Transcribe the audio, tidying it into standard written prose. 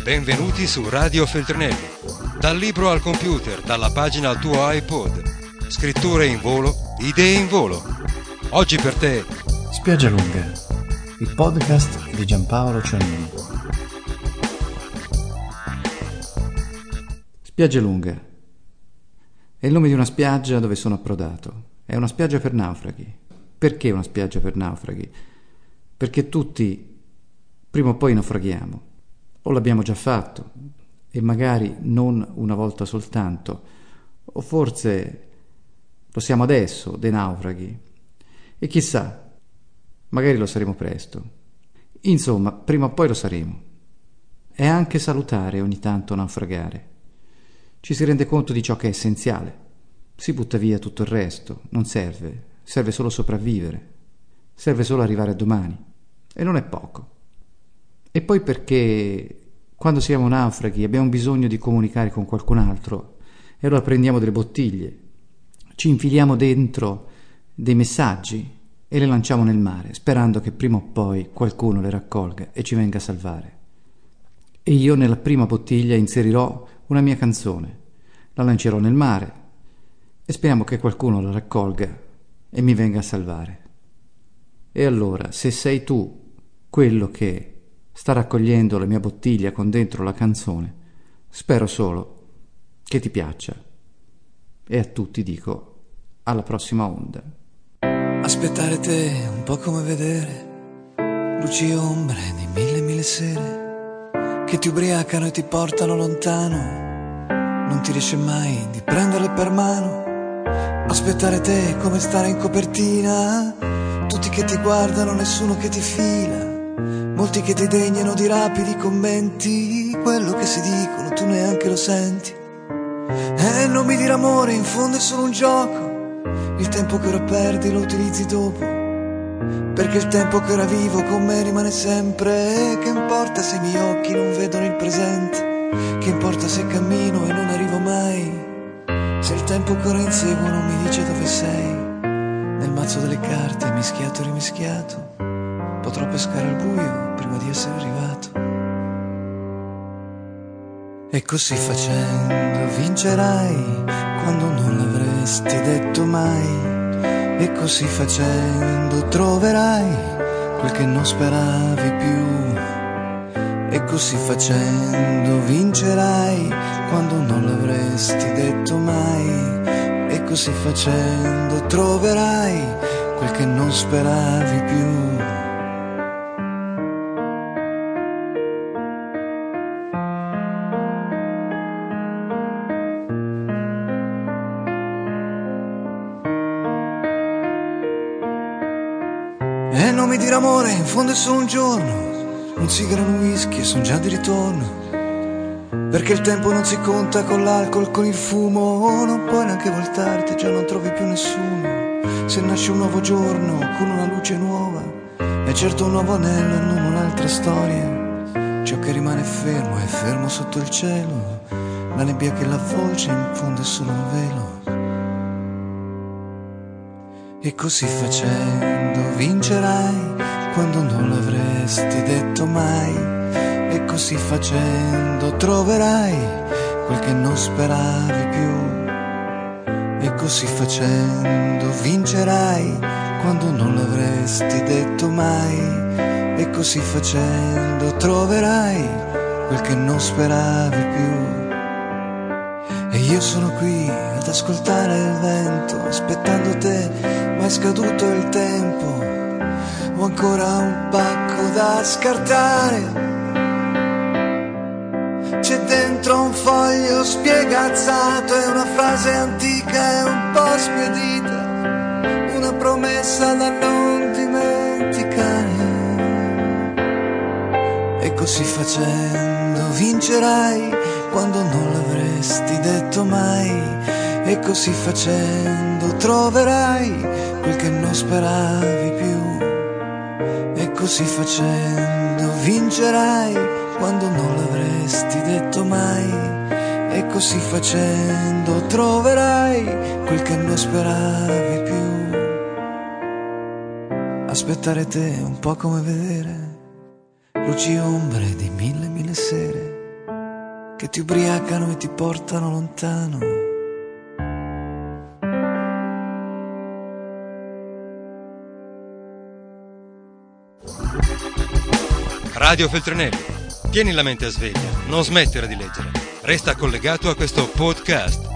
Benvenuti su Radio Feltrinelli. Dal libro al computer, dalla pagina al tuo iPod. Scritture in volo, idee in volo. Oggi per te Spiaggia Lunga, il podcast di Giampaolo Ciannini. Spiaggia Lunga è il nome di una spiaggia dove sono approdato. È una spiaggia per naufraghi. Perché una spiaggia per naufraghi? Perché tutti prima o poi naufraghiamo. O l'abbiamo già fatto, e magari non una volta soltanto, o forse lo siamo adesso, dei naufraghi, e chissà, magari lo saremo presto. Insomma, prima o poi lo saremo. È anche salutare ogni tanto naufragare. Ci si rende conto di ciò che è essenziale. Si butta via tutto il resto, non serve solo sopravvivere, serve solo arrivare a domani, e non è poco. E poi perché quando siamo naufraghi abbiamo bisogno di comunicare con qualcun altro e allora prendiamo delle bottiglie, ci infiliamo dentro dei messaggi e le lanciamo nel mare, sperando che prima o poi qualcuno le raccolga e ci venga a salvare. E io nella prima bottiglia inserirò una mia canzone, la lancerò nel mare e speriamo che qualcuno la raccolga e mi venga a salvare. E allora, se sei tu quello che sta raccogliendo la mia bottiglia con dentro la canzone, spero solo che ti piaccia. E a tutti dico, alla prossima onda. Aspettare te è un po' come vedere luci e ombre di mille sere che ti ubriacano e ti portano lontano. Non ti riesce mai di prenderle per mano. Aspettare te è come stare in copertina, tutti che ti guardano, nessuno che ti fila, molti che ti degnano di rapidi commenti, quello che si dicono tu neanche lo senti. E non mi dire amore, in fondo è solo un gioco, il tempo che ora perdi lo utilizzi dopo, perché il tempo che ora vivo con me rimane sempre. Che importa se i miei occhi non vedono il presente, che importa se cammino e non arrivo mai, se il tempo che ora inseguo non mi dice dove sei. Nel mazzo delle carte mischiato e rimischiato potrò pescare al buio prima di essere arrivato. E così facendo vincerai quando non l'avresti detto mai. E così facendo troverai quel che non speravi più. E così facendo vincerai quando non l'avresti detto mai. E così facendo troverai quel che non speravi più. E non mi dire amore, in fondo è solo un giorno, un sigaro, un whisky e son già di ritorno, perché il tempo non si conta con l'alcol, con il fumo, non puoi neanche voltarti, già non trovi più nessuno. Se nasce un nuovo giorno con una luce nuova, è certo un nuovo anello e non un'altra storia. Ciò che rimane fermo è fermo sotto il cielo, la nebbia che l'avvolge in fondo è solo un velo. E così facendo vincerai quando non l'avresti detto mai. E così facendo troverai quel che non speravi più. E così facendo vincerai quando non l'avresti detto mai. E così facendo troverai quel che non speravi più. E io sono qui ad ascoltare il vento, aspettando te, ma è scaduto il tempo. Ho ancora un pacco da scartare, c'è dentro un foglio spiegazzato e una frase antica e un po' spiedita, una promessa da non dimenticare. E così facendo vincerai quando non l'avresti detto mai. E così facendo troverai quel che non speravi più. E così facendo vincerai quando non l'avresti detto mai. E così facendo troverai quel che non speravi più. Aspettare te è un po' come vedere luci e ombre di mille sere che ti ubriacano e ti portano lontano. Radio Feltrinelli. Tieni la mente a sveglia, non smettere di leggere. Resta collegato a questo podcast.